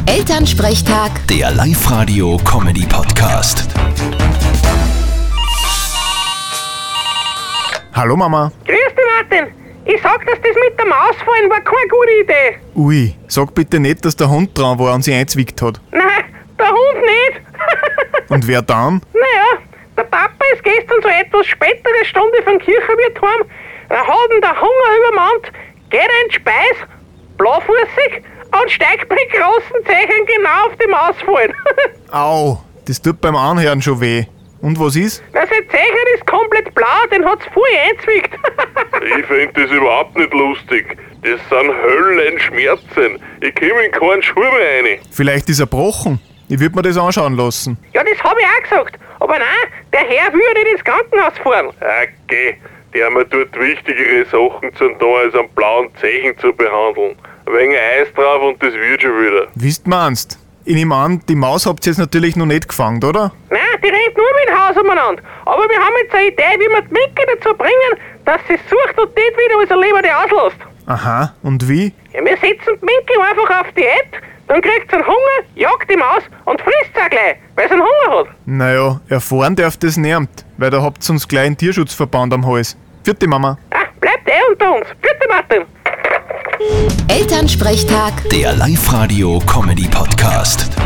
Elternsprechtag, Der Live-Radio-Comedy-Podcast. Hallo Mama. Grüß dich, Martin. Ich sag, dass das mit dem Ausfallen war keine gute Idee. Ui, sag bitte nicht, dass der Hund dran war und sie eingezwickt hat. Nein, der Hund nicht. Und wer dann? Naja, der Papa ist gestern so etwas spätere Stunde vom Kirchenwirt heim. Er hat ihn der Hunger übermannt, geht in die Speis, blaufußig und steigt bei großen Zeichen genau auf die Maus fallen. Au, das tut beim Anhören schon weh. Und was ist? Sein Zeichen ist komplett blau, den hat's voll eingezwickt. Ich find das überhaupt nicht lustig. Das sind Höllenschmerzen. Ich komm in keinen Schuh mehr rein. Vielleicht ist er gebrochen. Ich würd mir das anschauen lassen. Ja, das hab ich auch gesagt. Aber nein, der Herr will nicht ins Krankenhaus fahren. Okay, die haben mir dort wichtigere Sachen zu tun, als einen blauen Zeichen zu behandeln. Ein wenig Eis drauf und das wird schon wieder. Wisst meinst? Ich nehme an, die Maus habt ihr jetzt natürlich noch nicht gefangen, oder? Nein, die rennt nur mit dem Haus umeinander. Aber wir haben jetzt eine Idee, wie wir die Minke dazu bringen, dass sie sucht und nicht wieder unser Leben auslässt. Aha, und wie? Ja, wir setzen die Minke einfach auf Diät, dann kriegt sie einen Hunger, jagt die Maus und frisst sie auch gleich, weil sie einen Hunger hat. Naja, erfahren darf das nicht, weil da habt ihr uns gleich einen Tierschutzverband am Hals. Vierte Mama. Bleibt unter uns. Bitte, Martin. Elternsprechtag. Der Live-Radio-Comedy-Podcast.